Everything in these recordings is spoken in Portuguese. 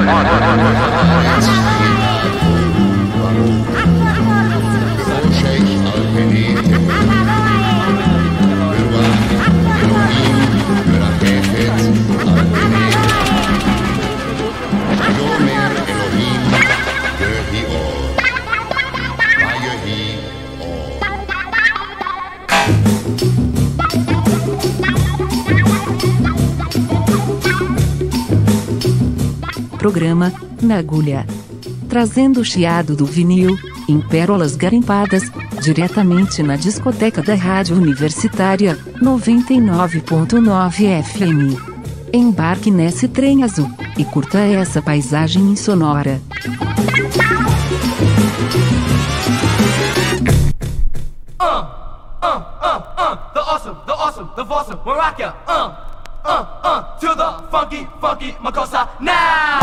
Programa Na Agulha, trazendo o chiado do vinil, em pérolas garimpadas, diretamente na discoteca da Rádio Universitária, 99.9 FM. Embarque nesse trem azul, e curta essa paisagem insonora. The awesome, we'll rock ya. To the funky, Makossa now.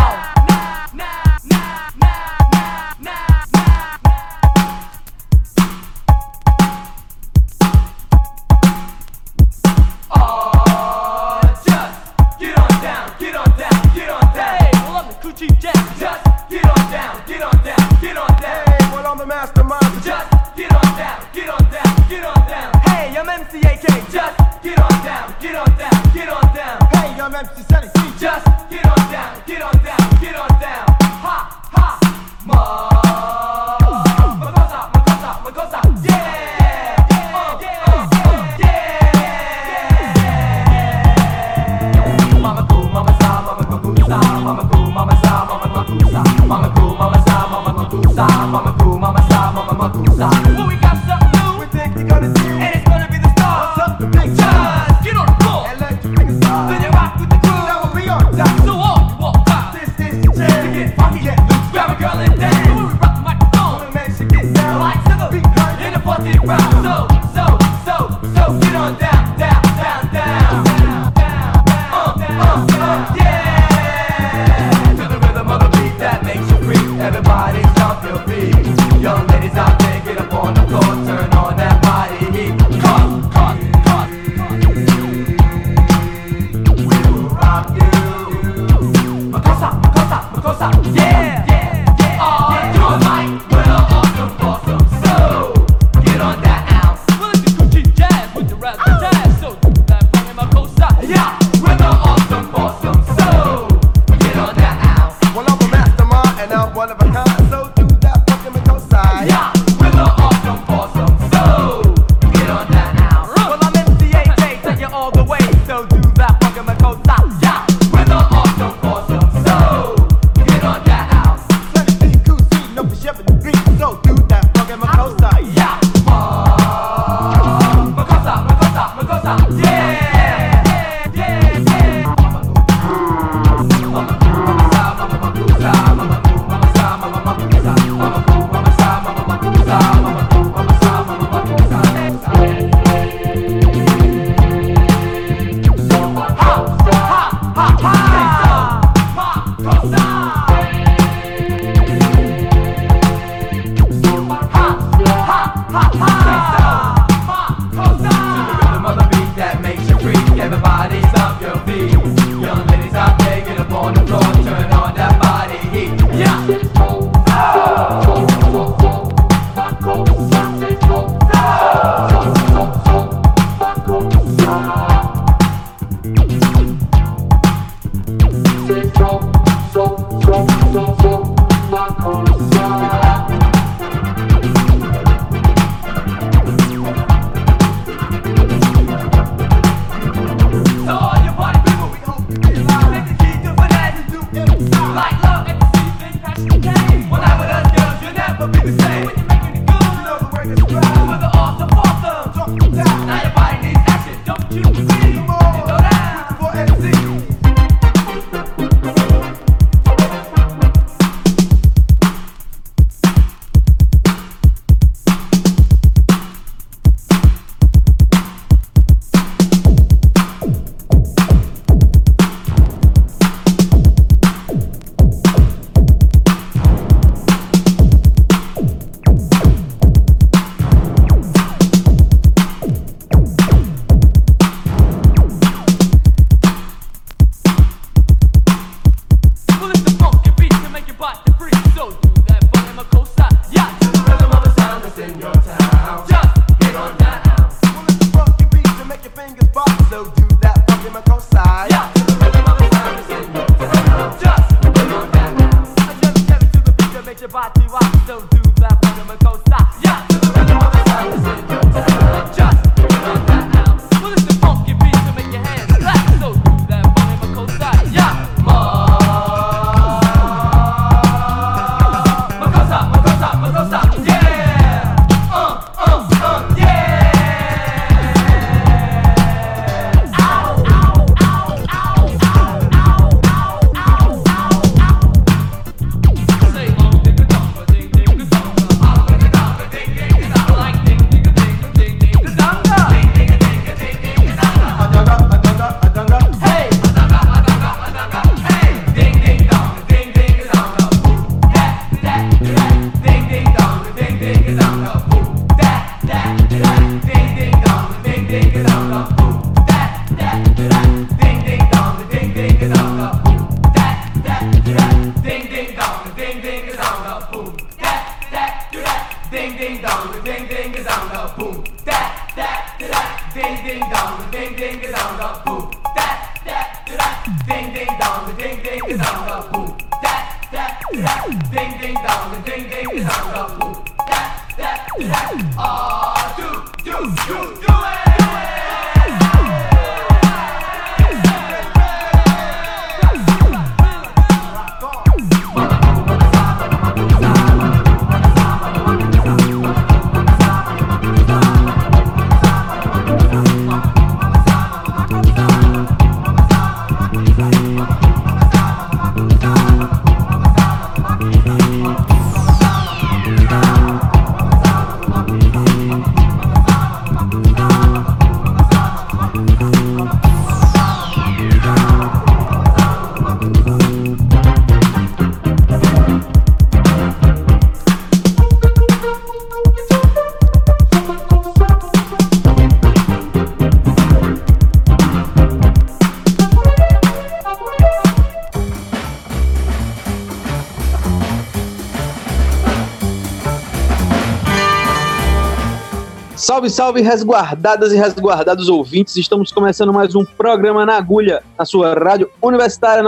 Salve, salve, resguardadas e resguardados ouvintes. Estamos começando mais um programa na agulha, na sua rádio universitária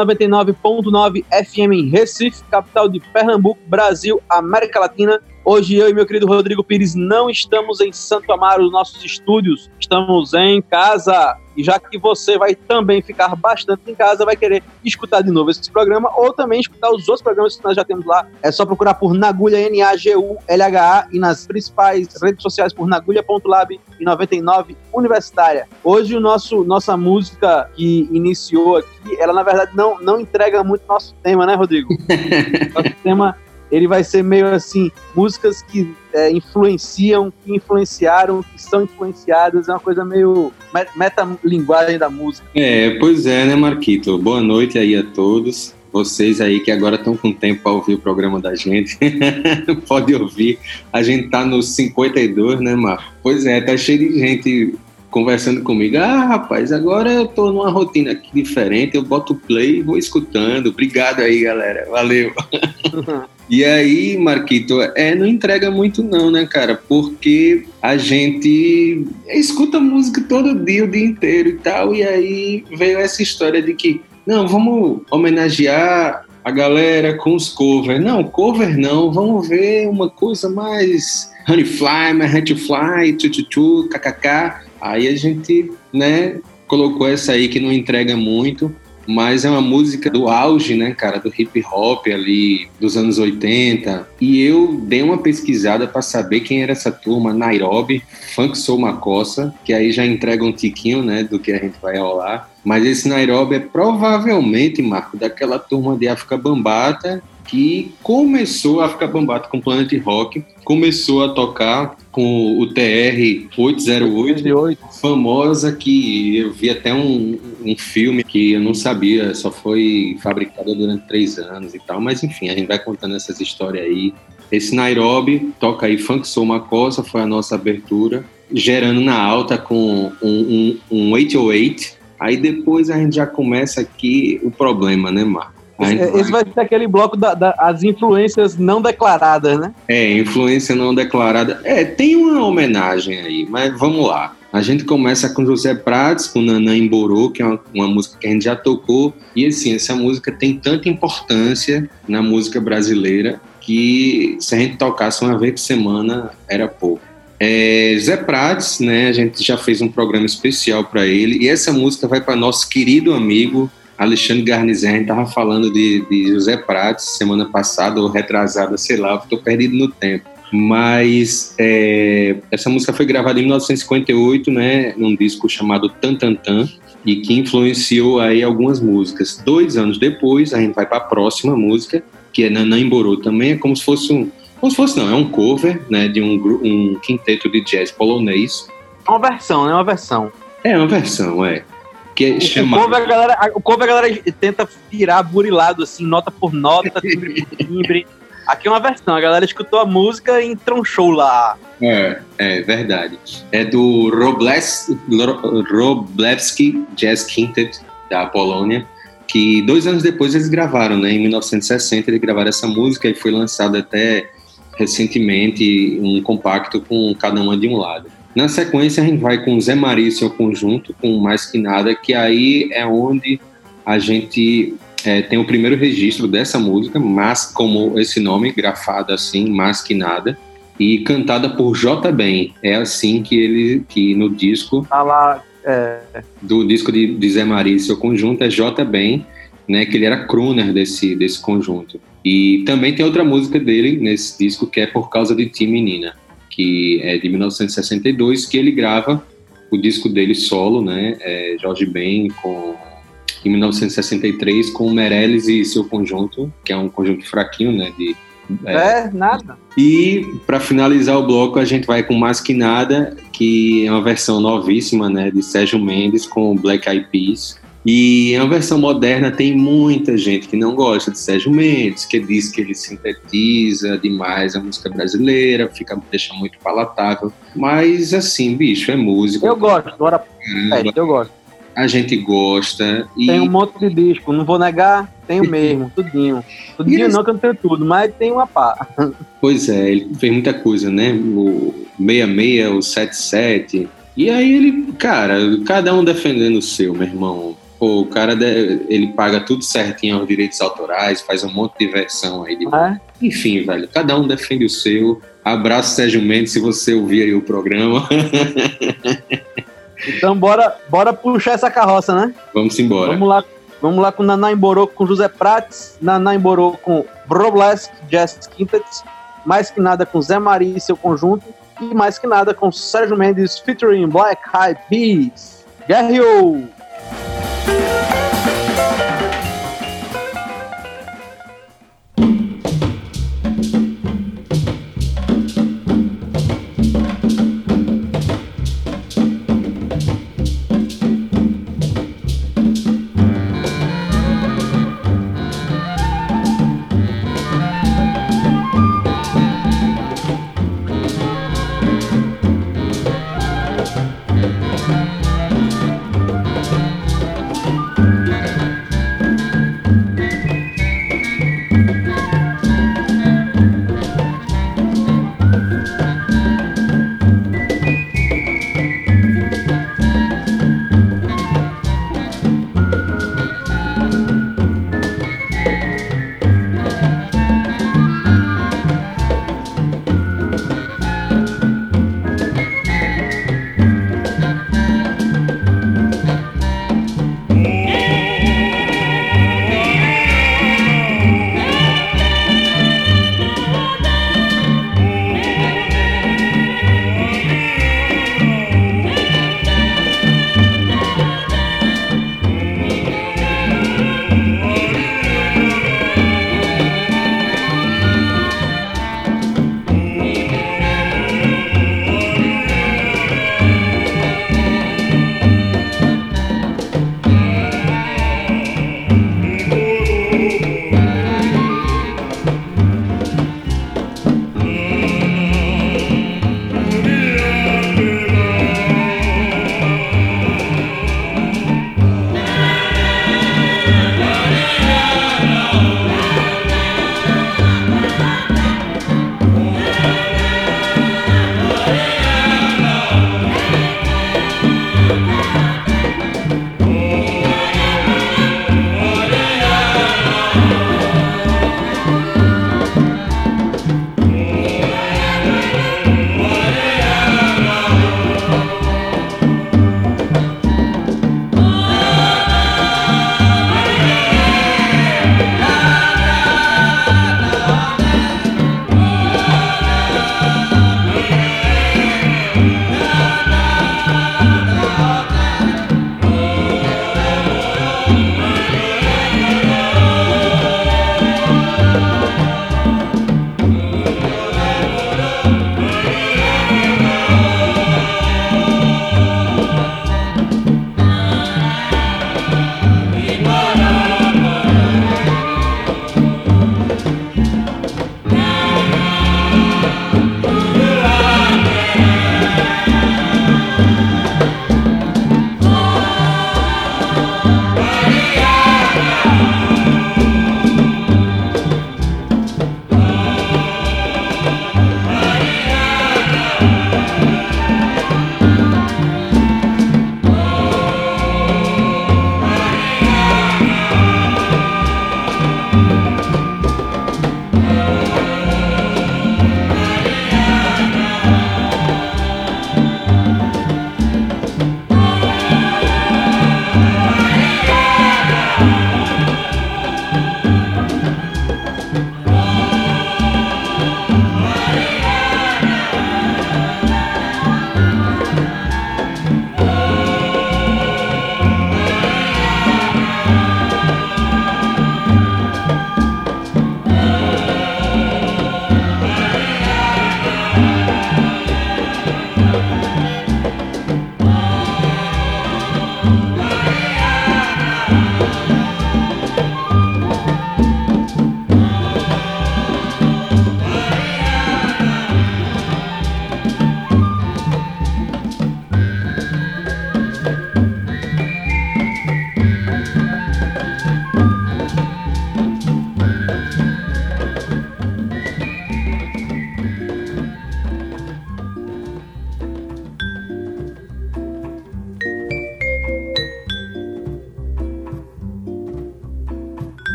99.9 FM em Recife, capital de Pernambuco, Brasil, América Latina. Hoje eu e meu querido Rodrigo Pires não estamos em Santo Amaro, nos nossos estúdios, estamos em casa. E já que você vai também ficar bastante em casa, vai querer escutar de novo esse programa ou também escutar os outros programas que nós já temos lá, é só procurar por Nagulha, Nagulha, e nas principais redes sociais por nagulha.lab e 99 Universitária. Hoje nossa música que iniciou aqui, ela na verdade não entrega muito nosso tema, né, Rodrigo? Nosso tema, ele vai ser meio assim, músicas que influenciam, que influenciaram, que são influenciadas, é uma coisa meio metalinguagem da música. Pois é, né, Marquito? Boa noite aí a todos. Vocês aí que agora estão com tempo para ouvir o programa da gente, pode ouvir. A gente tá no 52, né, Marco? Pois é, tá cheio de gente conversando comigo. Rapaz, agora eu tô numa rotina aqui diferente, eu boto play e vou escutando. Obrigado aí, galera. Valeu. E aí, Marquito, não entrega muito não, né, cara? Porque a gente escuta música todo dia, o dia inteiro e tal, e aí veio essa história de que, não, vamos homenagear a galera com os covers. Não, cover não, vamos ver uma coisa mais Honey Fly, mais Honey Fly, tchu, kkk. Aí a gente, né, colocou essa aí que não entrega muito, mas é uma música do auge, né, cara, do hip hop ali dos anos 80. E eu dei uma pesquisada para saber quem era essa turma, Nairobi, Funk Soul Makossa, que aí já entrega um tiquinho, né, do que a gente vai rolar. Mas esse Nairobi é provavelmente, Marco, daquela turma de África Bambata que começou a África Bambata com Planet Rock, começou a tocar com o TR-808, famosa, que eu vi até um filme que eu não sabia, só foi fabricada durante 3 anos e tal, mas enfim, a gente vai contando essas histórias aí. Esse Nairobi toca aí Funk Soul Makossa, foi a nossa abertura, gerando na alta com um 808, aí depois a gente já começa aqui o problema, né, Marco? Esse vai ser aquele bloco das influências não declaradas, né? Influência não declarada. Tem uma homenagem aí, mas vamos lá. A gente começa com José Prates, com Nanã Emborô, que é uma música que a gente já tocou. E assim, essa música tem tanta importância na música brasileira que se a gente tocasse uma vez por semana, era pouco. José Prates, né? A gente já fez um programa especial para ele. E essa música vai para nosso querido amigo Alexandre Garnizé. A gente estava falando de José Prates semana passada ou retrasada, sei lá, estou perdido no tempo. Mas essa música foi gravada em 1958, né, num disco chamado Tan Tan Tan, e que influenciou aí algumas músicas. 2 anos depois, a gente vai para a próxima música, que é Nanã Emborô. Também é como se fosse é um cover, né, de um quinteto de jazz polonês. Uma versão, né? Uma versão. É uma versão, que é chamado... O cover a galera tenta virar burilado, assim, nota por nota, timbre por timbre. Aqui é uma versão, a galera escutou a música e entronchou lá. É verdade. É do Wroblewski Jazz Quintet, da Polônia, que 2 anos depois eles gravaram, né? Em 1960 eles gravaram essa música e foi lançado até recentemente um compacto com cada uma de um lado. Na sequência a gente vai com Zé Maria e seu conjunto, com Mais Que Nada, que aí é onde a gente tem o primeiro registro dessa música, mas como esse nome, grafado assim, Mais Que Nada, e cantada por J. Ben. É assim que no disco... Tá lá... do disco de Zé Maria e seu conjunto é J. Ben, né, que ele era crooner desse conjunto. E também tem outra música dele nesse disco que é Por Causa de Ti, Menina, que é de 1962, que ele grava o disco dele solo, né, Jorge Ben, em 1963, com Meirelles e seu conjunto, que é um conjunto fraquinho, né, nada. E para finalizar o bloco a gente vai com Mais Que Nada, que é uma versão novíssima, né, de Sérgio Mendes com Black Eyed Peas. E é uma versão moderna, tem muita gente que não gosta de Sérgio Mendes, que diz que ele sintetiza demais a música brasileira, deixa muito palatável. Mas assim, bicho, é música. Eu gosto, eu gosto. A gente gosta. Tem um monte de disco, não vou negar, tenho mesmo, tudinho. Tudinho não, que eu não tenho tudo, mas tem uma pá. Pois é, ele fez muita coisa, né? O 66, o 77. E aí ele, cara, cada um defendendo o seu, meu irmão. Pô, o cara, ele paga tudo certinho aos direitos autorais, faz um monte de versão aí. Enfim, velho, cada um defende o seu. Abraço, Sérgio Mendes, se você ouvir aí o programa. Então bora puxar essa carroça, né? Vamos embora. Vamos lá com Naná Emborô com José Prates, Naná Emborô com Wroblewski Jazz Quintet, Mais Que Nada com Zé Maria e seu conjunto, e Mais Que Nada com Sérgio Mendes featuring Black Eyed Peas. Guerreou!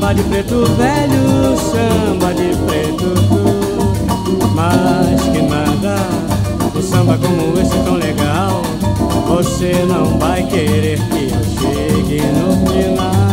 Samba de preto velho, samba de preto tu. Mais que nada, um samba como esse tão legal, você não vai querer que eu chegue no final.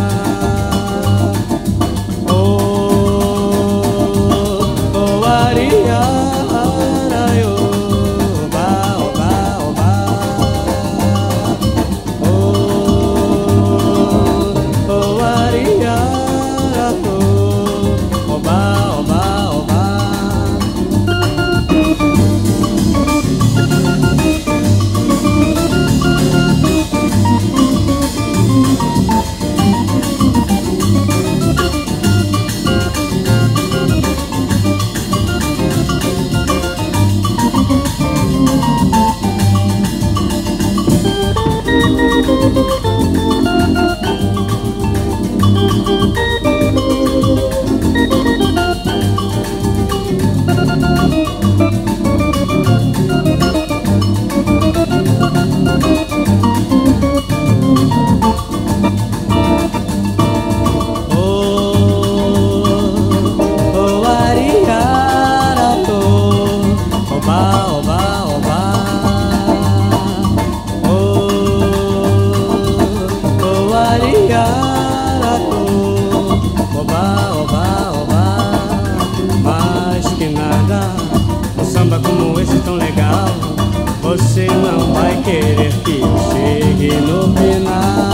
Você não vai querer que eu chegue no final.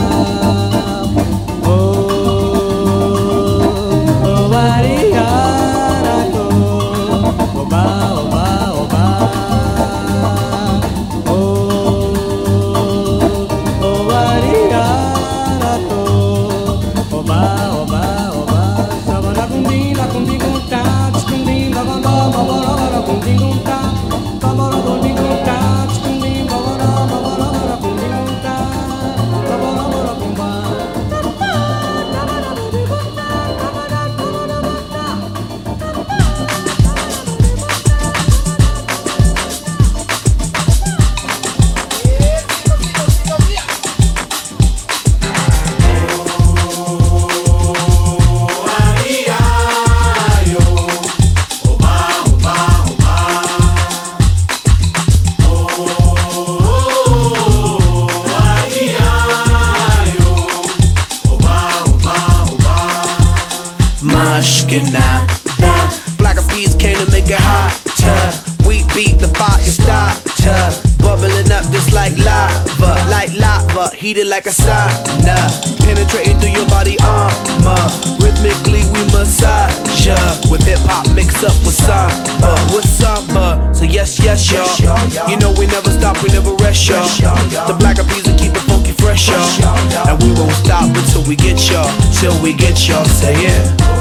Black eyed peas came to make it hotter. We beat the fire starter, bubbling up just like lava, heated like a sauna, penetrating through your body armor. Rhythmically we massage ya, with hip hop mixed up with samba. So yes, y'all. You know we never stop, we never rest, y'all. The black eyed peas will keep it funky fresh, y'all. And we won't stop until we get y'all, say it.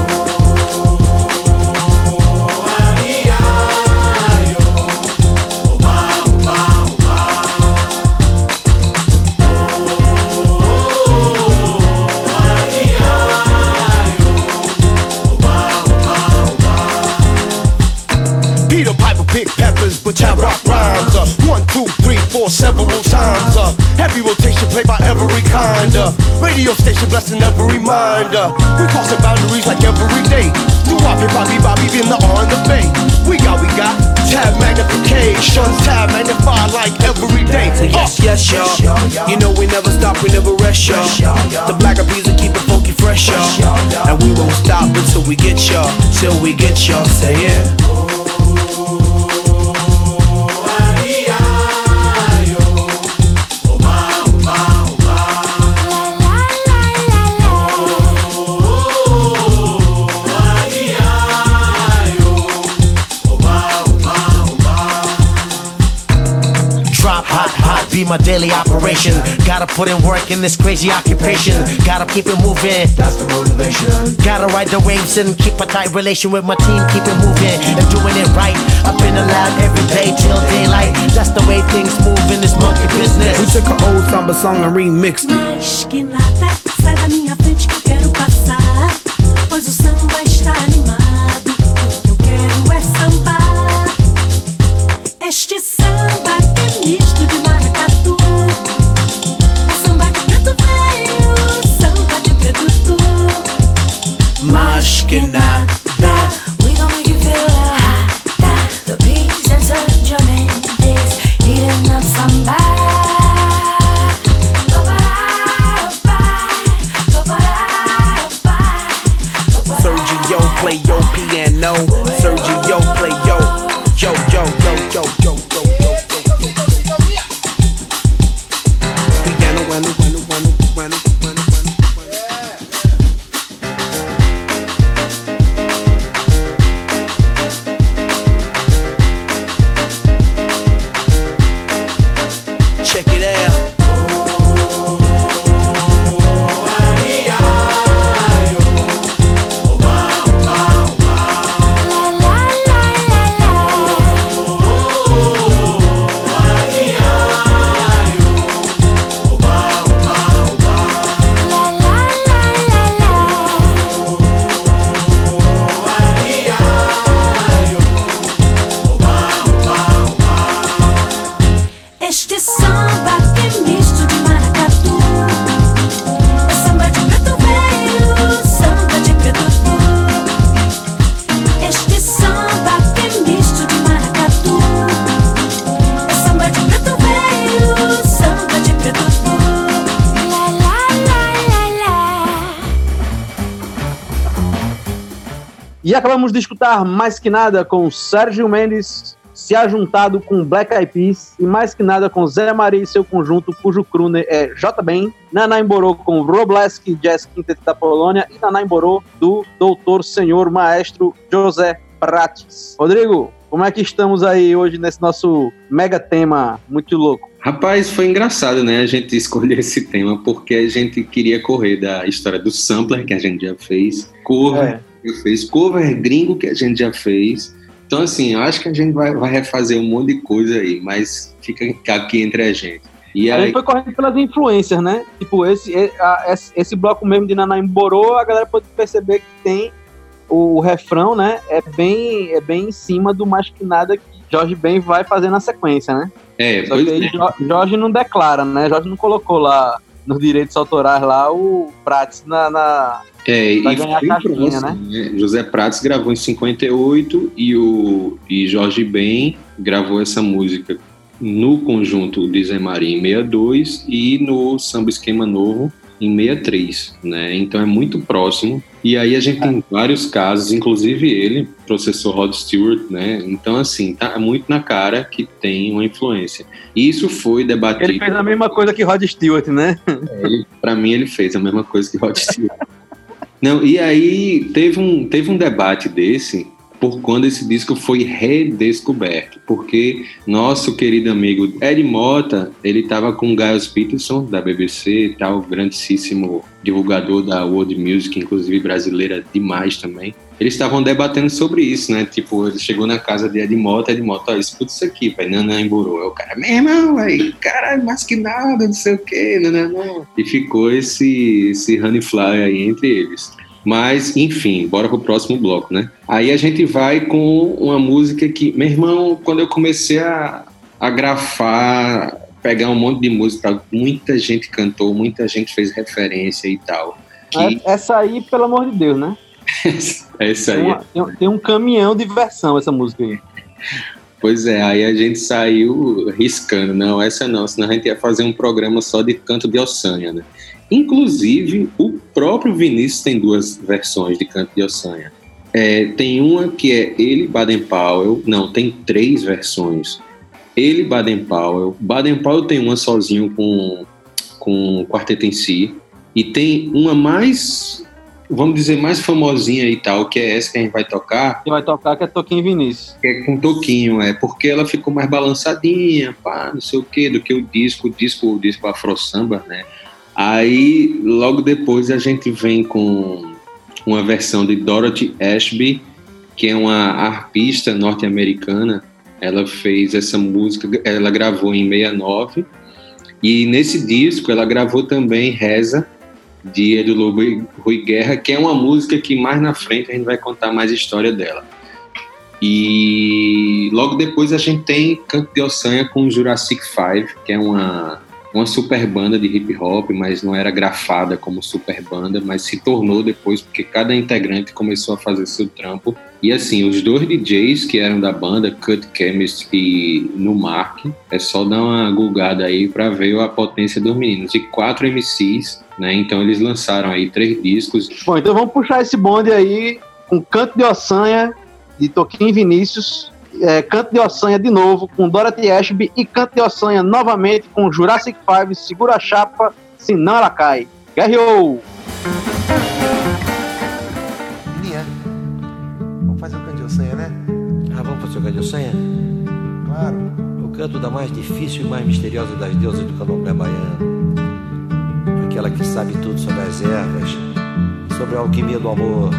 Pick peppers, but I rock rhymes. 1, 2, 3, 4, several times. Heavy rotation played by every kind. Radio station blessing every mind. We crossing boundaries like every day. Do Bobby, being the on the bay. We got tab magnification, tab magnified like every day. So yes, y'all. You know we never stop, we never rest, y'all. The black eyed peas will keep it funky fresh, y'all. And we won't stop until we get y'all, say it. Be my daily operation. Gotta put in work in this crazy occupation. Gotta keep it moving. That's the motivation. Gotta ride the waves and keep a tight relation with my team. Keep it moving and doing it right. I've been allowed every day till daylight. That's the way things move in this monkey business. We took an old samba song and remixed it. Mais que nada, sai da minha frente que eu quero passar. Pois o samba está animado. O que eu quero é sambar. Este samba é misto de maracatu. O samba de preto velho, samba de preto tu. que nada. We gon' make you feel hot. The peace and Sergio Mendes heating up samba. Sergio play your piano. Sergio play yo, yo, yo, yo, yo, yo, yo, yo, yo. Piano, piano, piano, piano, piano, piano, piano. Check it out. Este samba que é misto de maracatu, é samba de preto velho, samba de preto puro. Este samba que é misto de maracatu, é samba de preto velho, samba de preto puro. La la la la la. E acabamos de escutar Mais Que Nada com Sérgio Mendes, se ajuntado com Black Eyed Peas, e Mais Que Nada com Zé Maria e seu conjunto, cujo crooner é J-Ben, Naná Emborô com Wróbleski Jazz Quintet da Polônia e Naná Emborô do doutor senhor maestro José Prates. Rodrigo, como é que estamos aí hoje nesse nosso mega tema muito louco? Rapaz, foi engraçado, né, a gente escolher esse tema, porque a gente queria correr da história do sampler, que a gente já fez, cover gringo, que a gente já fez. Então, assim, eu acho que a gente vai refazer um monte de coisa aí, mas fica aqui entre a gente. E a gente foi correndo pelas influências, né? Tipo, esse bloco mesmo de Naná Emborô, a galera pode perceber que tem o refrão, né? É bem em cima do Mais Que Nada que Jorge Ben vai fazer na sequência, né? Só que aí Jorge não declara, né? Jorge não colocou lá nos direitos autorais lá o Prates vai ganhar a caixinha, né? José Prates gravou em 58 e Jorge Ben gravou essa música no conjunto de Zé Maria em 62 e no Samba Esquema Novo em 63, né? Então é muito próximo. E aí a gente tem vários casos, inclusive ele, professor Rod Stewart, né? Então, assim, tá muito na cara que tem uma influência. Isso foi debatido. Ele fez a mesma coisa que Rod Stewart, né? Pra mim, ele fez a mesma coisa que Rod Stewart. Não, e aí teve um debate desse por quando esse disco foi redescoberto, porque nosso querido amigo Ed Mota, ele estava com Giles Peterson, da BBC, tal, grandíssimo divulgador da world music, inclusive brasileira demais também. Eles estavam debatendo sobre isso, né? Tipo, ele chegou na casa de Ed Mota, ó, escuta isso aqui, pai, Naná Emborô. Aí o cara, meu irmão, velho, caralho, mais que nada, não sei o quê, não. E ficou esse honey fly aí entre eles. Mas, enfim, bora pro próximo bloco, né? Aí a gente vai com uma música que, meu irmão, quando eu comecei a grafar, pegar um monte de música, muita gente cantou, muita gente fez referência e tal. Essa aí, pelo amor de Deus, né? Essa aí. Tem um caminhão de versão, essa música aí. Pois é, aí a gente saiu riscando. Não, essa não, senão a gente ia fazer um programa só de canto de Ossanha, né? Inclusive, o próprio Vinícius tem duas versões de Canto de Ossanha. Tem uma que é ele, Baden-Powell. Não, tem 3 versões. Ele, Baden-Powell. Baden-Powell tem uma sozinho com o quarteto em si. E tem uma mais, vamos dizer, mais famosinha e tal, que é essa que a gente vai tocar. Que vai tocar, que é Toquinho Vinícius. Que é com Toquinho, porque ela ficou mais balançadinha, pá, não sei o quê, do que o disco Afro Samba, né? Aí, logo depois, a gente vem com uma versão de Dorothy Ashby, que é uma arpista norte-americana. Ela fez essa música, ela gravou em 69, e nesse disco ela gravou também Reza, de Edu Lobo e Rui Guerra, que é uma música que mais na frente a gente vai contar mais história dela. E logo depois a gente tem Canto de Ossanha com Jurassic 5, que é uma uma super banda de hip hop, mas não era grafada como super banda, mas se tornou depois porque cada integrante começou a fazer seu trampo. E assim, os 2 DJs que eram da banda, Cut Chemist e Numark, é só dar uma googada aí para ver a potência dos meninos. E 4 MCs, né? Então eles lançaram aí 3 discos. Bom, então vamos puxar esse bonde aí com Canto de Ossanha, de Toquinho Vinícius, Canto de Ossanha de novo com Dorothy Ashby e Canto de Ossanha novamente com Jurassic 5, Segura a Chapa, senão ela cai. Guerreou! Linha, vamos fazer o Canto de Ossanha, né? Vamos fazer o Canto de Ossanha? Claro. O canto da mais difícil e mais misteriosa das deusas do candomblé baiano. Aquela que sabe tudo sobre as ervas, sobre a alquimia do amor.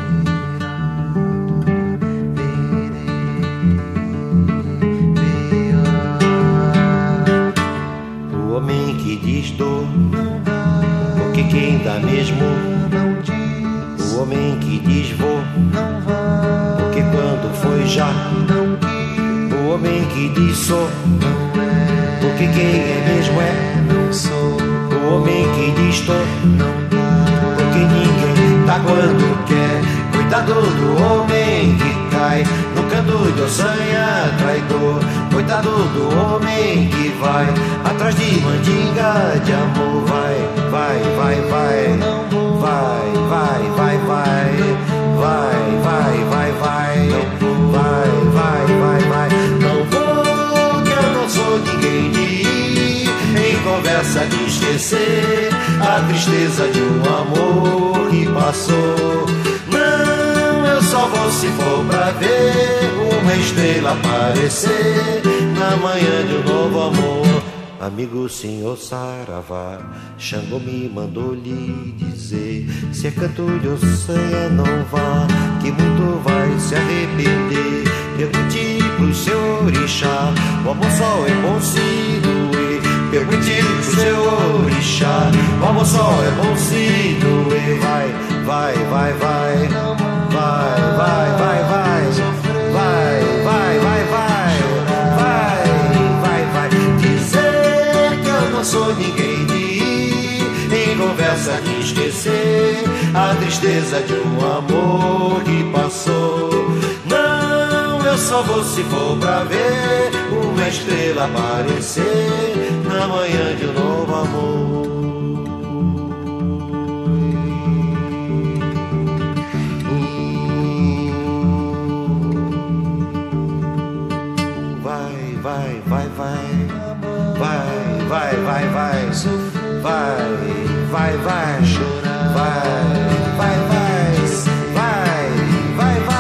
O homem que diz dor, porque quem dá mesmo não diz. O homem que diz vou, não vai, porque quando foi já não quis. O homem que diz sou, não é, porque quem é mesmo é, não sou. O homem que diz tô, não dá, porque ninguém tá quando quer. Cuidado do homem que cai no canto de Ossanha, traidor. Coitado do homem que vai atrás de mandinga de amor. Vai, vai, vai, vai, vai, vai, vai, vai, vai, vai, vai, vai, vai, vai, vai, vai. Não vou, que eu não sou ninguém de ir em conversa de esquecer a tristeza de um amor que passou. Não, eu só vou se for pra ver uma estrela aparecer na manhã de um novo amor. Amigo senhor Saravá, Xangô me mandou lhe dizer: se é canto de Ossanha não vá, que muito vai se arrepender. Pergunte pro seu orixá, o amor só é bom se doer. Pergunte pro seu orixá, o amor só é bom se doer. Vai, vai, vai, vai, vai, vai, vai, vai, vai, vai, vai, vai, vai, vai. Dizer que eu não sou ninguém de ir em conversa de esquecer a tristeza de um amor que passou. Não, eu só vou se for pra ver uma estrela aparecer na manhã de um novo amor. Vai, vai, vai, vai, vai, vai, vai, vai, vai, vai, vai, vai, vai, vai, vai,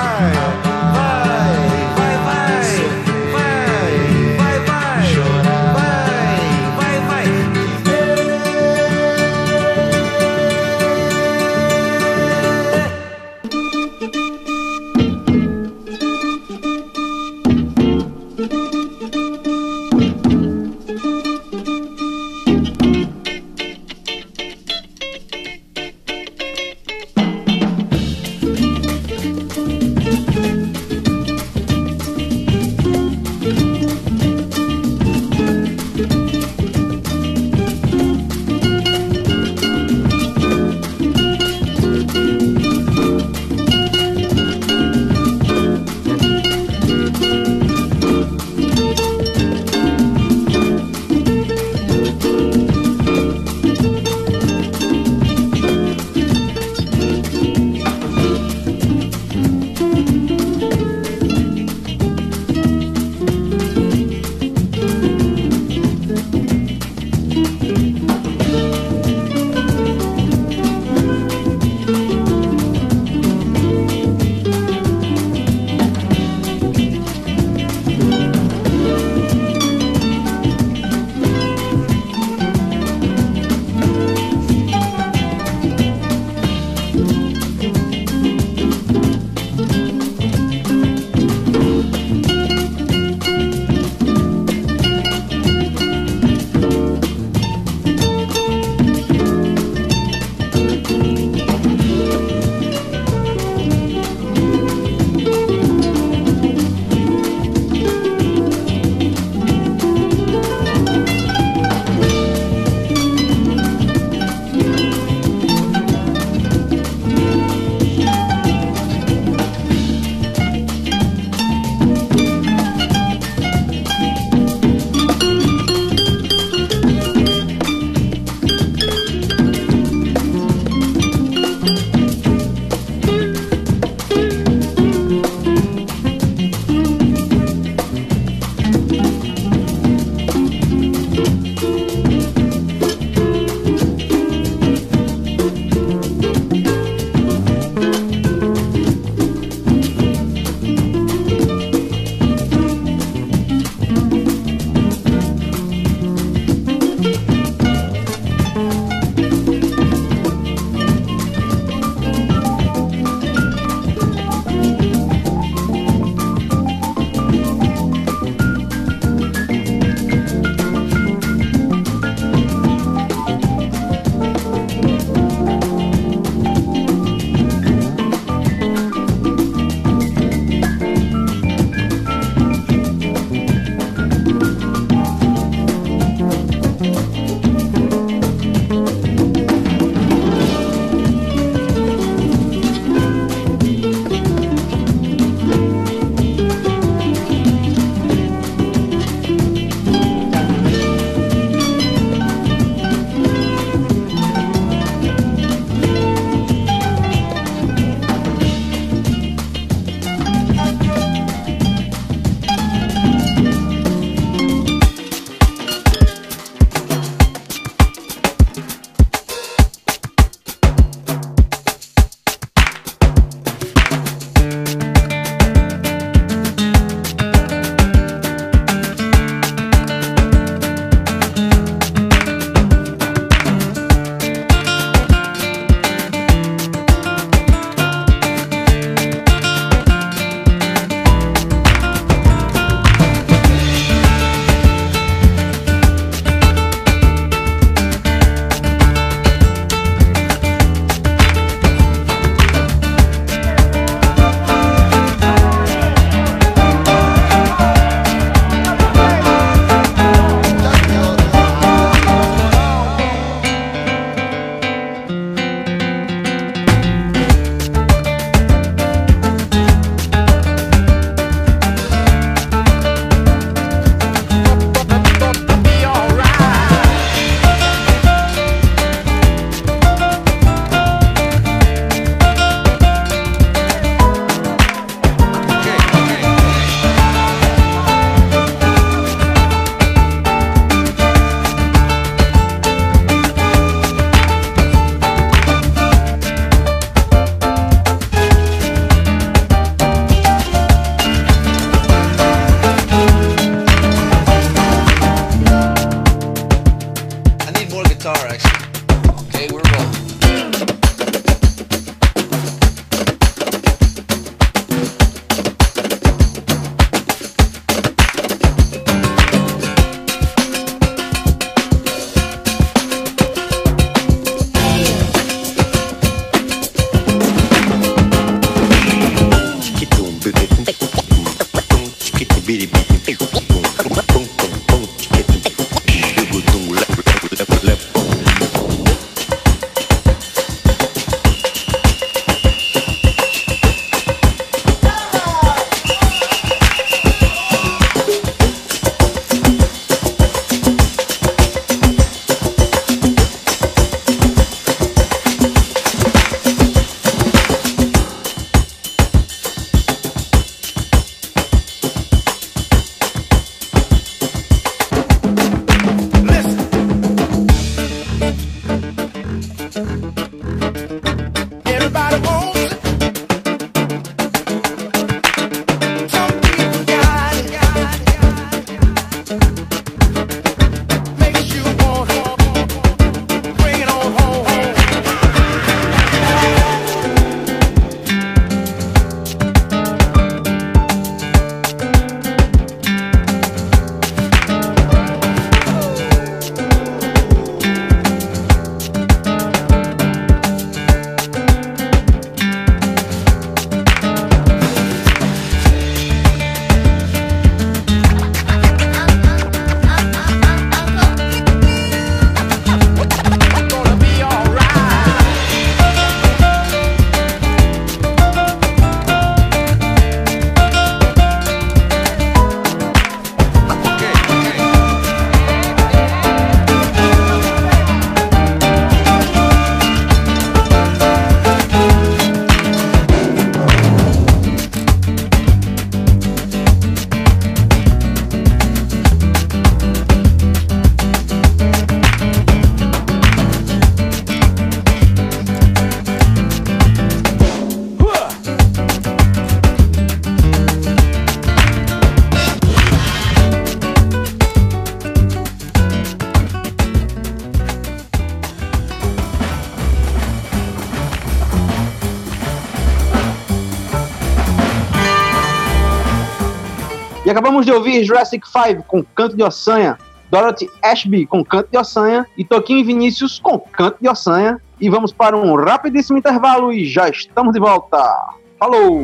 E acabamos de ouvir Jurassic 5 com Canto de Ossanha, Dorothy Ashby com Canto de Ossanha e Toquinho e Vinícius com Canto de Ossanha. E vamos para um rapidíssimo intervalo e já estamos de volta. Falou!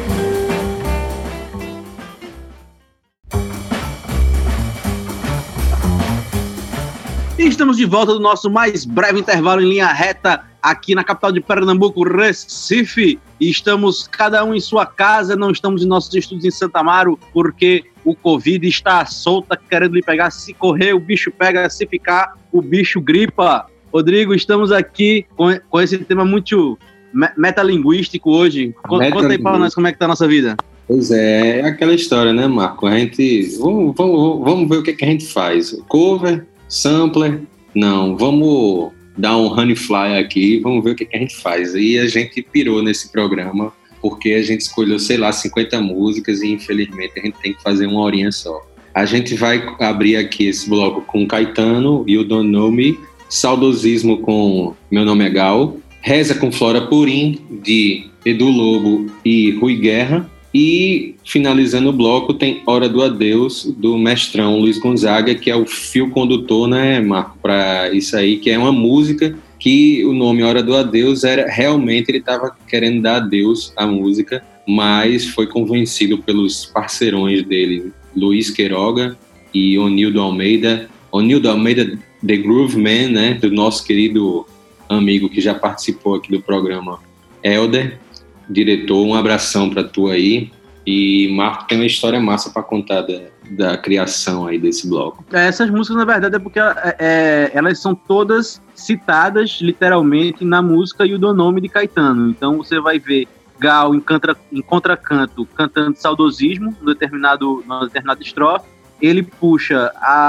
E estamos de volta do nosso mais breve intervalo em linha reta aqui na capital de Pernambuco, Recife. E estamos cada um em sua casa, não estamos em nossos estúdios em Santa Amaro, porque o Covid está solta, querendo lhe pegar. Se correr, o bicho pega, se ficar, o bicho gripa. Rodrigo, estamos aqui com esse tema muito metalinguístico hoje. Conta aí para nós como é que tá a nossa vida. Pois é aquela história, né, Marco? A gente... Vamos ver o que a gente faz. Cover, sampler, não. Vamos dar um honeyfly aqui, vamos ver o que a gente faz. E a gente pirou nesse programa, porque a gente escolheu, 50 músicas e, infelizmente, a gente tem que fazer uma horinha só. A gente vai abrir aqui esse bloco com Caetano, You Don't Know Me, Saudosismo com Meu Nome é Gal, Reza com Flora Purim, de Edu Lobo e Rui Guerra, e finalizando o bloco tem Hora do Adeus, do mestrão Luiz Gonzaga, que é o fio condutor, né, Marco, para isso aí, que é uma música que o nome Hora do Adeus era, realmente ele estava querendo dar adeus à música, mas foi convencido pelos parceirões dele, Luiz Queiroga e Onildo Almeida, The Groove Man, né, do nosso querido amigo que já participou aqui do programa, Helder, diretor. Um abração para tu aí. E Marco tem uma história massa para contar da criação aí desse bloco. Essas músicas, na verdade, é porque elas são todas citadas literalmente na música You Don't Know Me de Caetano. Então você vai ver Gal em contracanto cantando Saudosismo numa determinada estrofe. Ele puxa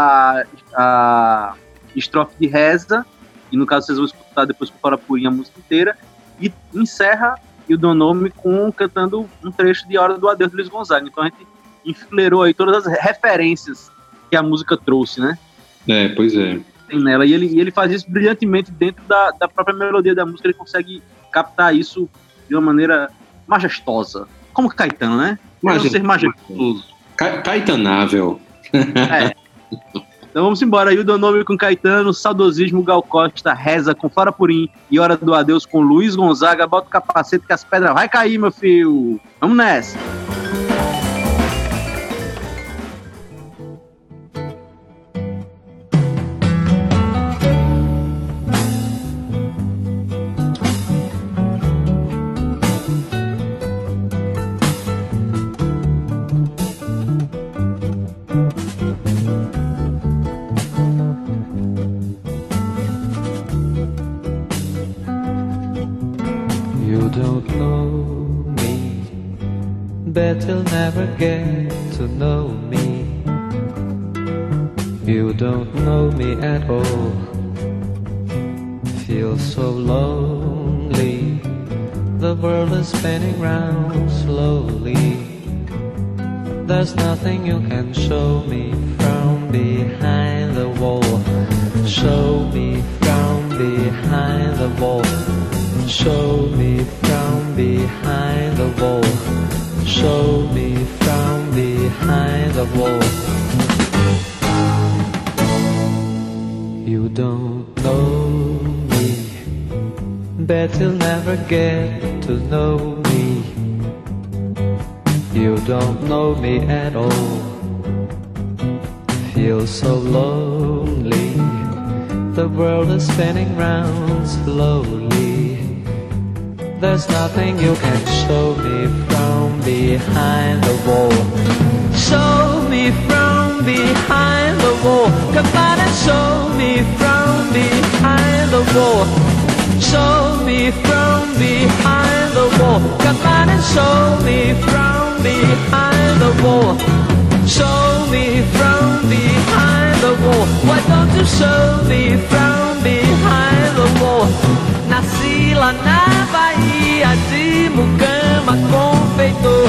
a estrofe de Reza, e no caso vocês vão escutar depois com Flora Purim a música inteira, e encerra You Don't Know Me cantando um trecho de Hora do Adeus de Luiz Gonzaga. Então a gente enfileirou aí todas as referências que a música trouxe, né? Pois é. Tem nela, e ele faz isso brilhantemente dentro da própria melodia da música. Ele consegue captar isso de uma maneira majestosa, como Caetano, né? Ser majestoso. Caetanável. Então vamos embora. You Don't Know Me com Caetano, Saudosismo, Gal Costa, Reza com Flora Purim e Hora do Adeus com Luiz Gonzaga. Bota o capacete que as pedras vai cair, meu filho. Vamos nessa. Bet you'll never get to know me. You don't know me at all. Feel so lonely. The world is spinning round slowly. There's nothing you can show me from behind the wall. Show me from behind the wall. Show me from behind the wall. Show me from behind the wall. You don't know me. Bet you'll never get to know me. You don't know me at all. Feel so lonely. The world is spinning round slowly. There's nothing you can show me from behind the wall. Show me from behind the wall. Come on and show me from behind the wall. Show me from behind the wall. Come on and show me from behind the wall. Show me from behind the wall. Why don't you show me from behind the wall? Nasci lá na Bahia de Mucama, confeitor.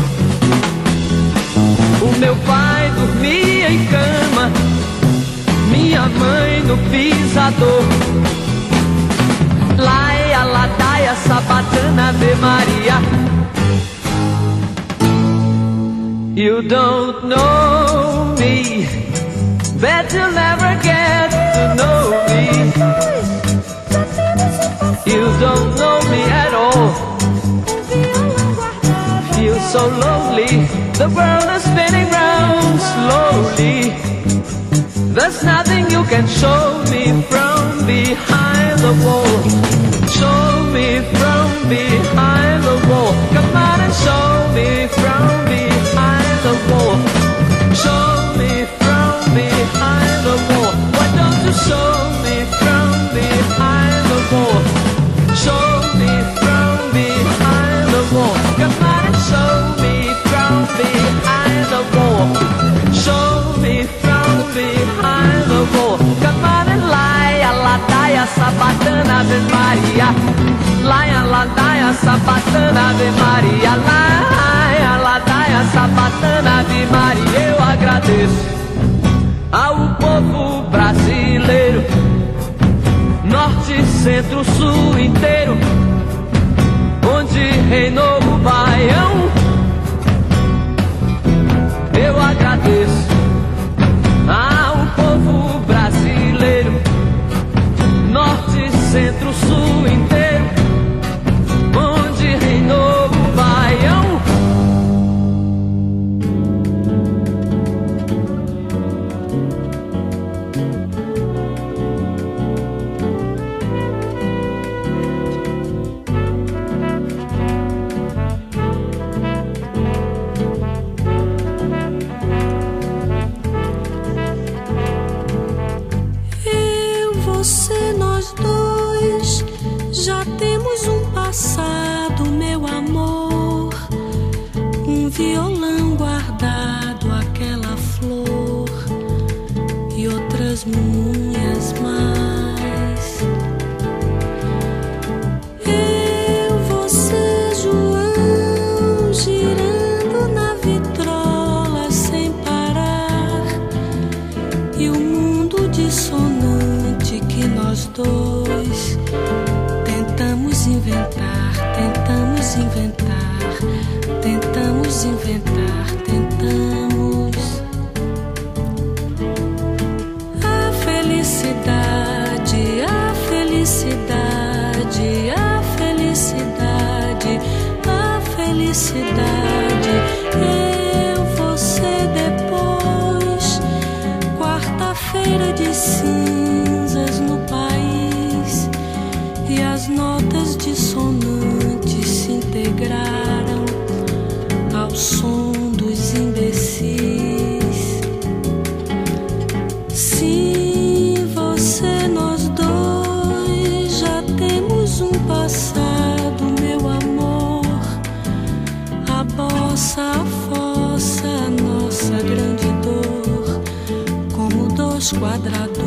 O meu pai dormia em cama, minha mãe no pisador. Laia, ladaia, sabatana, Ave Maria. You don't know me, bet you'll never get to know me. You don't know me at all. Feel so lonely, the world is spinning round slowly. There's nothing you can show me from behind the wall. Show me from behind the wall. Come on and show me from behind the wall. Show me from behind the wall. Why don't you show me from behind the wall? Show me from behind the wall. Come on and show me from behind the wall. Show me from behind the wall. Come on and lie, ladaia, sabatana, Ave Maria. Lie, ladaia, sabatana, Ave Maria. Lie, ladaia, sabatana, Ave Maria. Eu agradeço ao povo brasileiro, norte, centro, sul inteiro, onde reinou o Baião. Eu agradeço ao povo brasileiro, norte, centro, sul inteiro, onde reinou o Baião. Passado, meu amor, um violão guardado, aquela flor e outras muitas mais. Eu, você, João, girando na vitrola sem parar, e o mundo dissonante que nós dois tentamos inventar, tentamos inventar, tentamos inventar, tentamos. A felicidade, a felicidade, a felicidade, a felicidade. Eu, você, depois, quarta-feira de cinzas no país, e as notas dissonantes se integraram ao som dos imbecis. Sim, você, nós dois já temos um passado, meu amor. A bossa, a fossa, a nossa grande dor, como dois quadradores.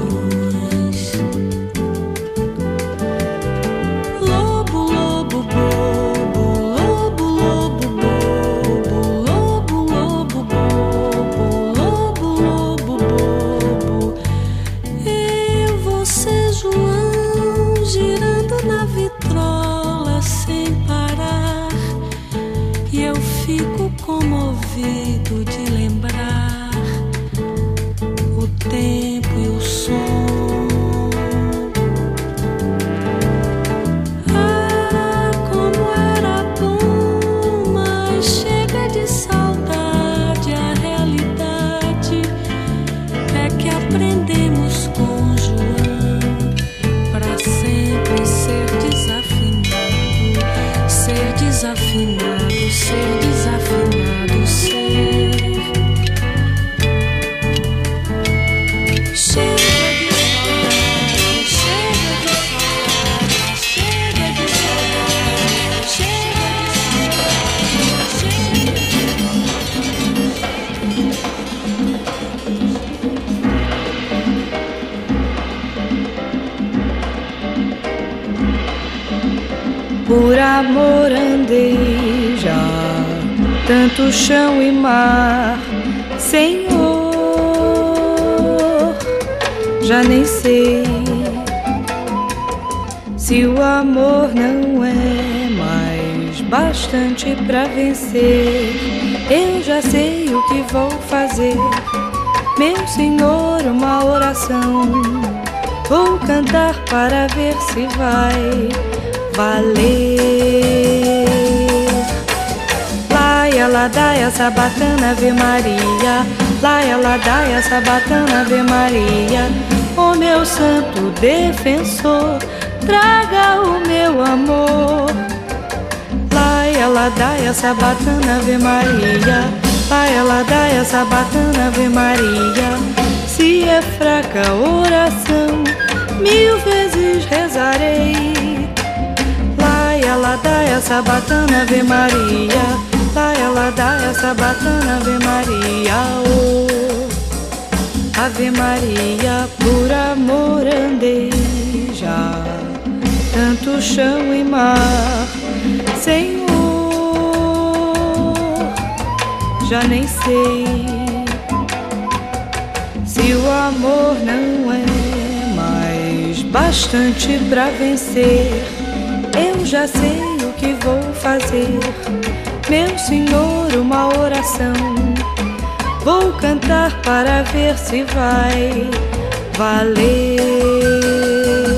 Comovido de lembrar o tempo e o som. Ah, como era bom, mas chega de saudade. A realidade é que aprendemos com João pra sempre ser desafinado, ser desafinado, ser desafinado, ser. Por amor andei já tanto chão e mar, Senhor, já nem sei se o amor não é mais bastante pra vencer Eu já sei o que vou fazer. Meu Senhor, uma oração. Vou cantar para ver se vai valer. Laia, ladaia, sabatana, Ave Maria. Laia, ladaia, sabatana, Ave Maria. Ó meu santo defensor, traga o meu amor. Laia, ladaia, sabatana, Ave Maria. Laia, ladaia, sabatana, Ave Maria. Se é fraca a oração, 1000 vezes rezarei. Laia, ladaia, sabatana, Ave Maria. Laia, ladaia, sabatana, Ave Maria. Oh, Ave Maria, por amor andei já, tanto chão e mar, Senhor, já nem sei se o amor não é mais bastante pra vencer. Eu já sei o que vou fazer. Meu Senhor, uma oração. Vou cantar para ver se vai valer.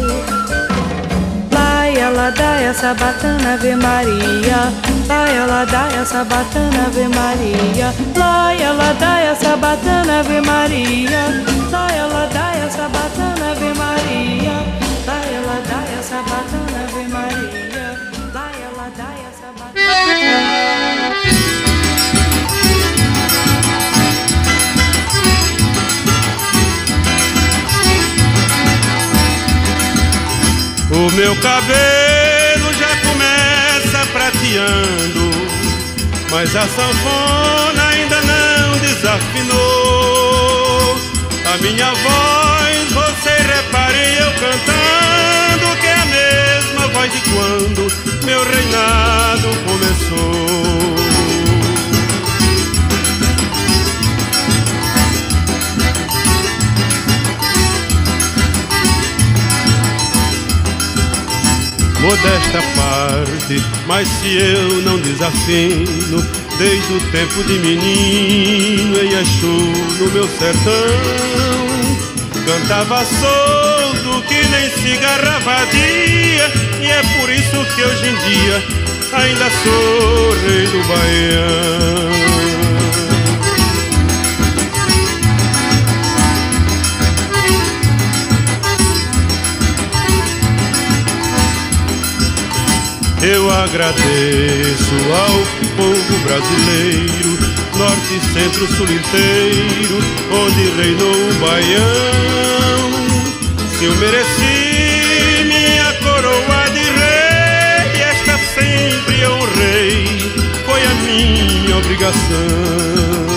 Laia, ladaia, sabatana, Ave Maria. Laia, ladaia, sabatana, Ave Maria. Laia, ladaia, sabatana, Ave Maria. Laia, ladaia, sabatana, Ave Maria. Laia, ladaia, sabatana, Ave Maria. Laia, ladaia, sabatana. O meu cabelo já começa prateando, mas a sanfona ainda não desafinou. A minha voz, você repare eu cantando, que é a mesma voz de quando meu reinado começou. Modesta parte, mas se eu não desafino, desde o tempo de menino em Exu no meu sertão, cantava solto que nem cigarra vadia, e é por isso que hoje em dia ainda sou rei do Baião. Eu agradeço ao povo brasileiro, norte, centro, sul inteiro, onde reinou o Baião. Se eu mereci minha coroa de rei, esta sempre eu honrei, foi a minha obrigação.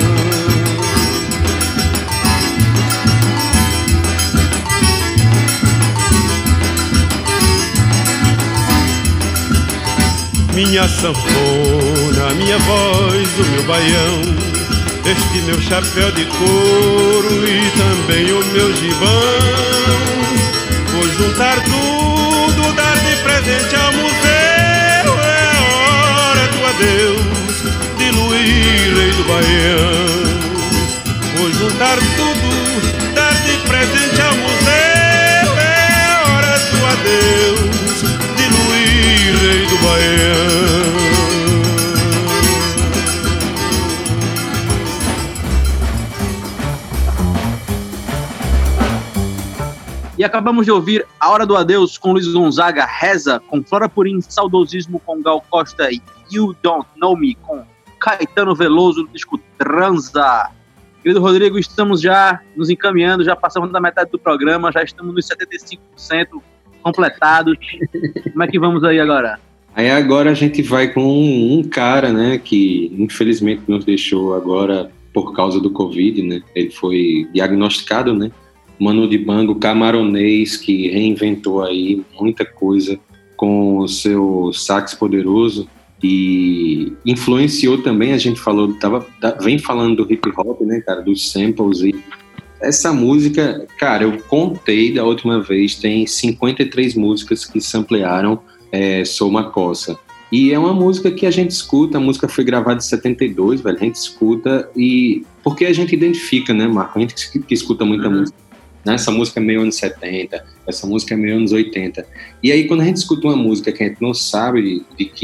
Minha sanfona, minha voz, o meu baião, este meu chapéu de couro e também o meu gibão. Vou juntar tudo, dar de presente ao museu. É a hora do adeus de Luís, rei do Baião. Vou juntar tudo, dar de presente ao museu. É a hora do adeus de Luís, rei do Baião. E acabamos de ouvir A Hora do Adeus com Luiz Gonzaga, Reza com Flora Purim, Saudosismo com Gal Costa e You Don't Know Me com Caetano Veloso no disco Transa. Querido Rodrigo, estamos já nos encaminhando, já passamos da metade do programa, já estamos nos 75% completados. Como é que vamos aí agora? Aí agora a gente vai com um cara, né, que infelizmente nos deixou agora por causa do Covid, né? Ele foi diagnosticado, né? Manu Dibango, camaronês, que reinventou aí muita coisa com o seu sax poderoso e influenciou também, a gente falou, vem falando do hip hop, né, cara, dos samples, e essa música, cara, eu contei da última vez, tem 53 músicas que samplearam Sou Uma Coça. E é uma música que a gente escuta, a música foi gravada em 72, velho, a gente escuta e... Porque a gente identifica, né, Marco? A gente que escuta muita música. Né? Essa música é meio anos 70, essa música é meio anos 80. E aí, quando a gente escuta uma música que a gente não sabe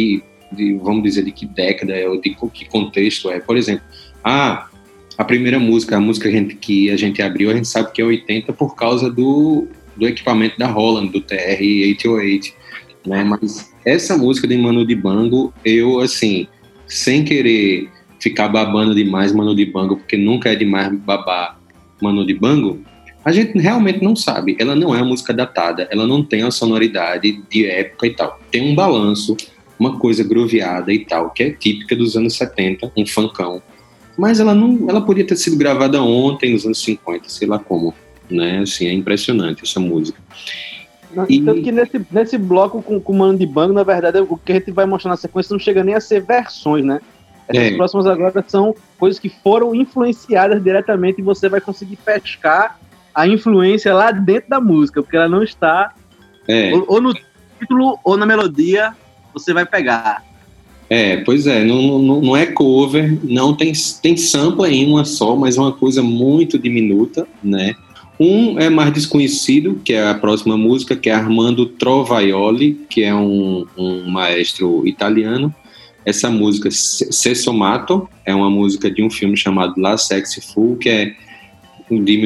vamos dizer, de que década é, ou de que contexto é. Por exemplo, a primeira música, a música que a gente abriu, a gente sabe que é 80 por causa do equipamento da Roland, do TR-808, né? Mas essa música de Manu Dibango, eu, assim, sem querer ficar babando demais Manu Dibango, porque nunca é demais babar Manu Dibango, a gente realmente não sabe. Ela não é uma música datada, ela não tem a sonoridade de época e tal. Tem um balanço, uma coisa grooveada e tal, que é típica dos anos 70, um funkão. Mas ela podia ter sido gravada ontem, nos anos 50, sei lá como, né? Assim, é impressionante essa música. Tanto que nesse bloco com o Manu Dibango, na verdade, o que a gente vai mostrar na sequência não chega nem a ser versões, né? Essas próximas agora são coisas que foram influenciadas diretamente e você vai conseguir pescar a influência lá dentro da música, porque ela não está ou no título ou na melodia, você vai pegar. Pois é, não é cover, não tem sample em uma só, mas é uma coisa muito diminuta, né? Um é mais desconhecido, que é a próxima música, que é Armando Trovaioli, que é um maestro italiano. Essa música, Se Somato, é uma música de um filme chamado La Sexy Fool, que é de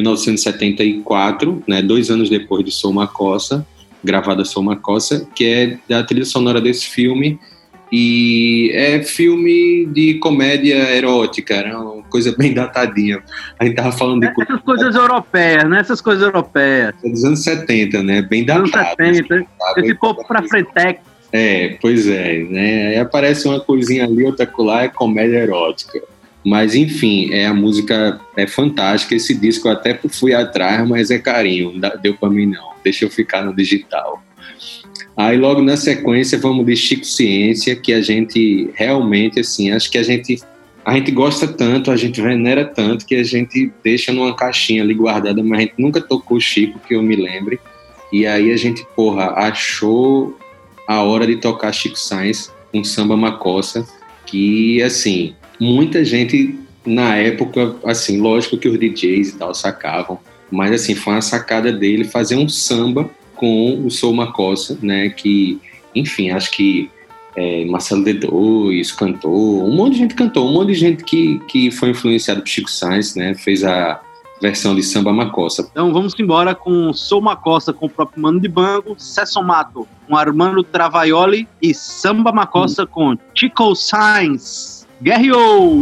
1974, né, 2 anos depois de Sou uma Coça, gravada Sou uma Coça, que é da trilha sonora desse filme. E é filme de comédia erótica, era uma coisa bem datadinha. A gente tava falando de essas coisas europeias, né? Essas coisas europeias. Dos anos 70, né? Bem datado. Anos 70, esse pouco pra frentex. Pois é, né? Aí aparece uma coisinha ali, outra colar, é comédia erótica. Mas, enfim, a música é fantástica. Esse disco eu até fui atrás, mas é carinho, não deu pra mim não. Deixa eu ficar no digital. Aí logo na sequência vamos de Chico Ciência, que a gente realmente, assim, acho que a gente gosta tanto, a gente venera tanto, que a gente deixa numa caixinha ali guardada, mas a gente nunca tocou o Chico, que eu me lembre. E aí a gente, achou a hora de tocar Chico Sainz, um samba macossa, que, assim, muita gente na época, assim, lógico que os DJs e tal sacavam, mas, assim, foi uma sacada dele fazer um samba com o Sou uma Coça, né, que, enfim, acho que Marcelo D2 cantou, um monte de gente cantou, um monte de gente que foi influenciado por Chico Sainz, né, fez a versão de Samba Macossa. Então vamos embora com Sou uma Coça com o próprio Manu Dibango, Se Somato com Armando Trovaioli e Samba Macossa com Chico Sainz. Guerreou!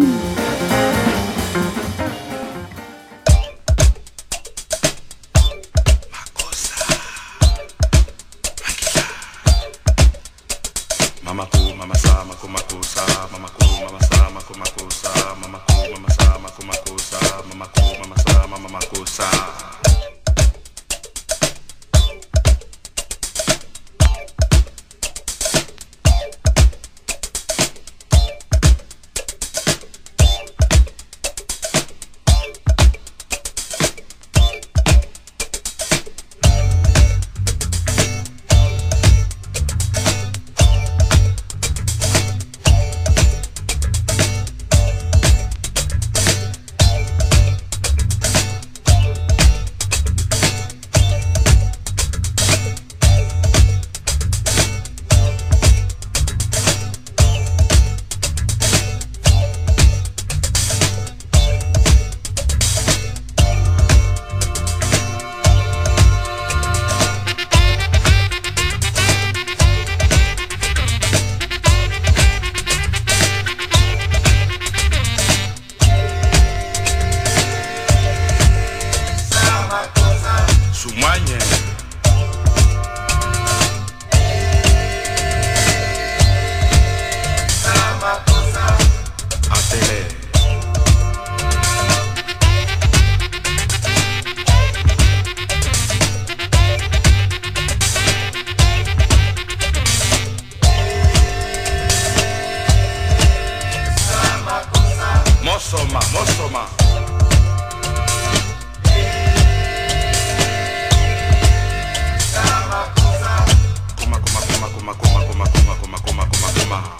Kuma.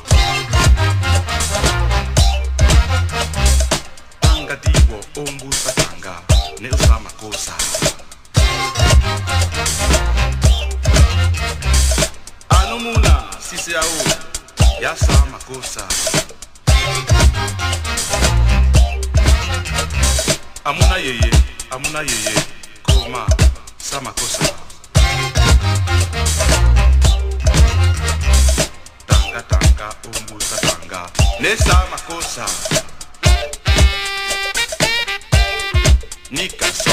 makosa. Amuna yeye, koma sa makosa. Tanga tanga umbusa tanga nesa makosa. Nika so.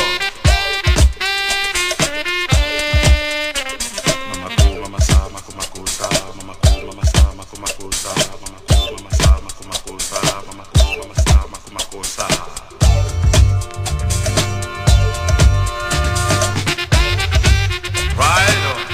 Mama sa makosa, mama sa makosa, mama sa makosa, mama sa makosa. Right on.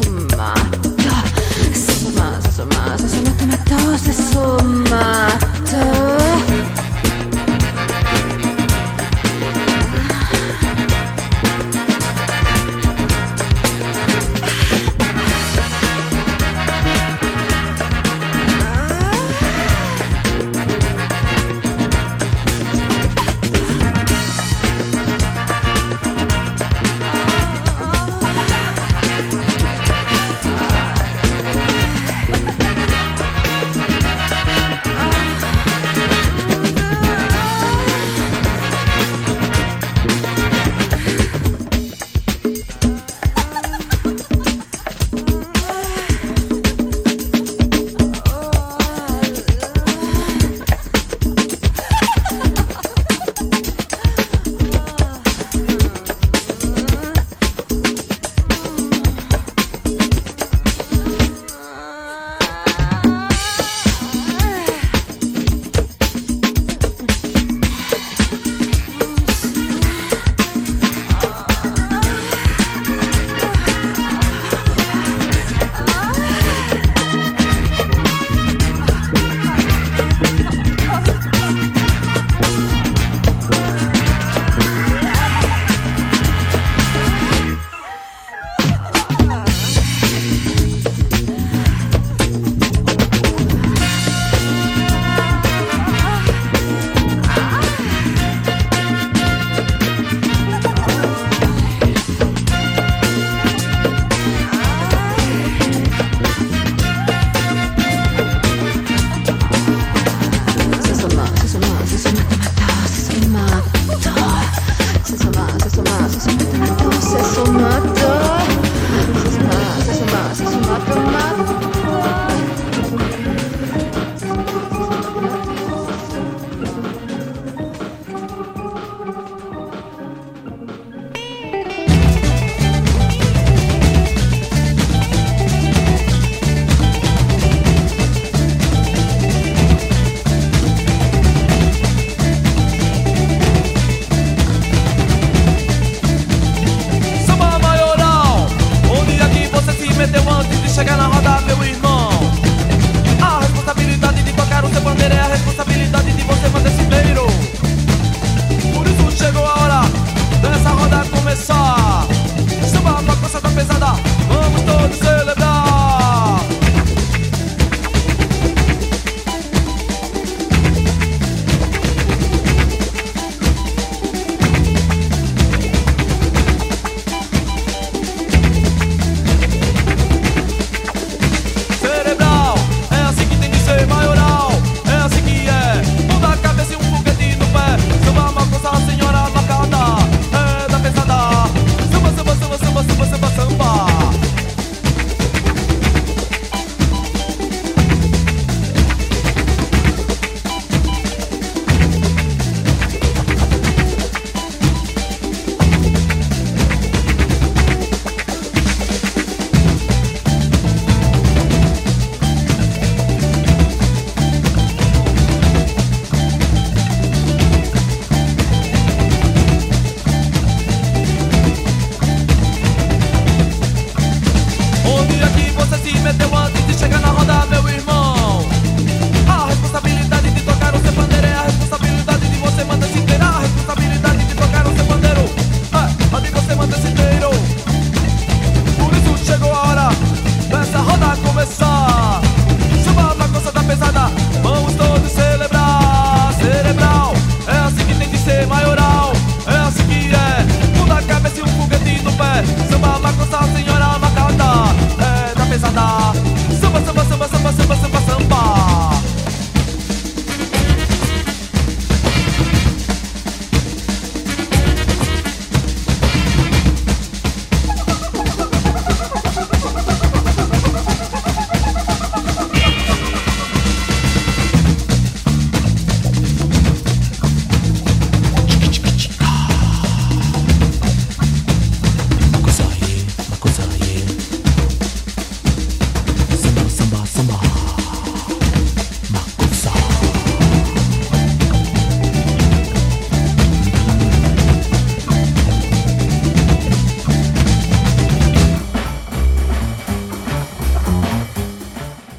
Samba, macossa, senhora macata, é da pesada. Samba, samba, samba,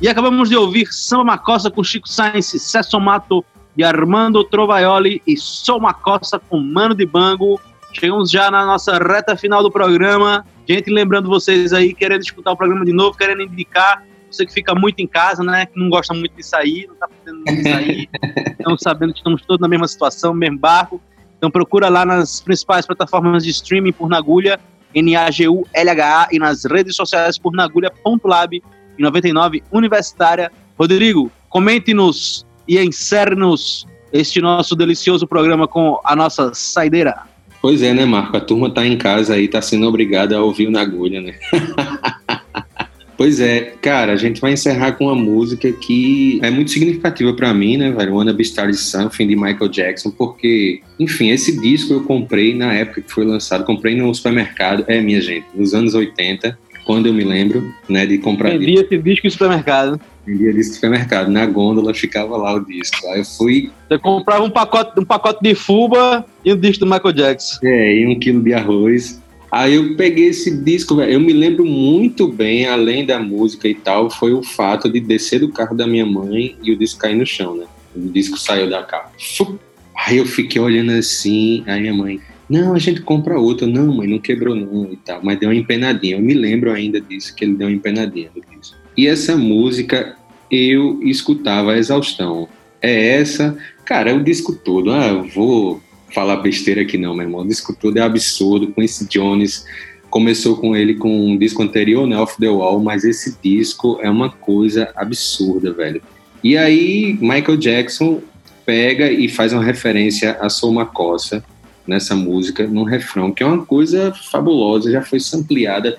E acabamos de ouvir Samba Macossa com Chico Sainz, Cesson Mato e Armando Trovaioli e Sou Macossa com Mano de Bango. Chegamos já na nossa reta final do programa. Gente, lembrando vocês aí, querendo escutar o programa de novo, querendo indicar, você que fica muito em casa, né, que não gosta muito de sair, não tá podendo muito sair, estamos sabendo que estamos todos na mesma situação, no mesmo barco. Então procura lá nas principais plataformas de streaming por Nagulha, NAGULHA, e nas redes sociais por nagulha.lab e 99 Universitária. Rodrigo, comente-nos e encerre-nos este nosso delicioso programa com a nossa saideira. Pois é, né, Marco? A turma tá em casa aí, tá sendo obrigada a ouvir o Nagulha, né? Pois é, cara, a gente vai encerrar com uma música que é muito significativa pra mim, né, velho? Wanna Be Started Something, de Michael Jackson, porque, enfim, esse disco eu comprei na época que foi lançado, comprei no supermercado, minha gente, nos anos 80, quando eu me lembro, né, de comprar... Vendia esse disco em supermercado. Vendia disco no supermercado, na gôndola ficava lá o disco. Aí eu fui... Você comprava um pacote de fuba e um disco do Michael Jackson. E 1 quilo de arroz. Aí eu peguei esse disco, velho. Eu me lembro muito bem, além da música e tal, foi o fato de descer do carro da minha mãe e o disco cair no chão, né? O disco saiu da capa. Aí eu fiquei olhando assim, aí minha mãe... Não, a gente compra outro. Não, mãe, não quebrou não e tal. Mas deu uma empenadinha. Eu me lembro ainda disso, que ele deu uma empenadinha do disco. E essa música eu escutava a exaustão. É essa, cara, é o disco todo. Eu vou falar besteira aqui não, meu irmão. O disco todo é absurdo. Quincy Jones começou com ele com um disco anterior, né, Off the Wall, mas esse disco é uma coisa absurda, velho. E aí Michael Jackson pega e faz uma referência a Sou Macossa nessa música, num refrão, que é uma coisa fabulosa, já foi sampleada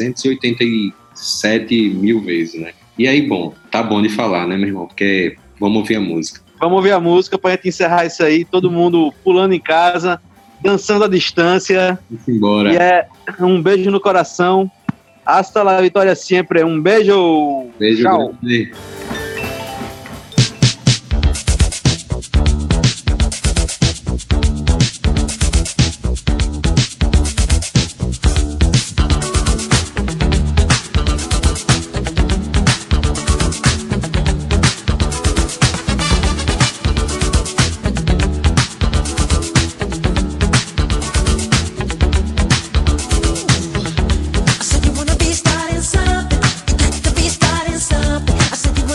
387 mil vezes, né? E aí, bom, tá bom de falar, né, meu irmão? Porque vamos ouvir a música. Vamos ouvir a música pra gente encerrar isso aí, todo mundo pulando em casa, dançando à distância. Embora. E é um beijo no coração. Hasta la vitória sempre. Um beijo. Beijo. Tchau. Grande. I said you wanna be starting something. I said you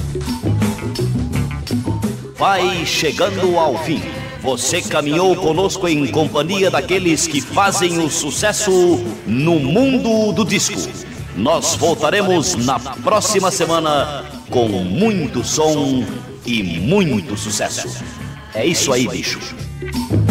Vai chegando ao fim. Você caminhou conosco em companhia daqueles que fazem o sucesso no mundo do disco. Nós voltaremos na próxima semana com muito som e muito sucesso. É isso aí, bicho.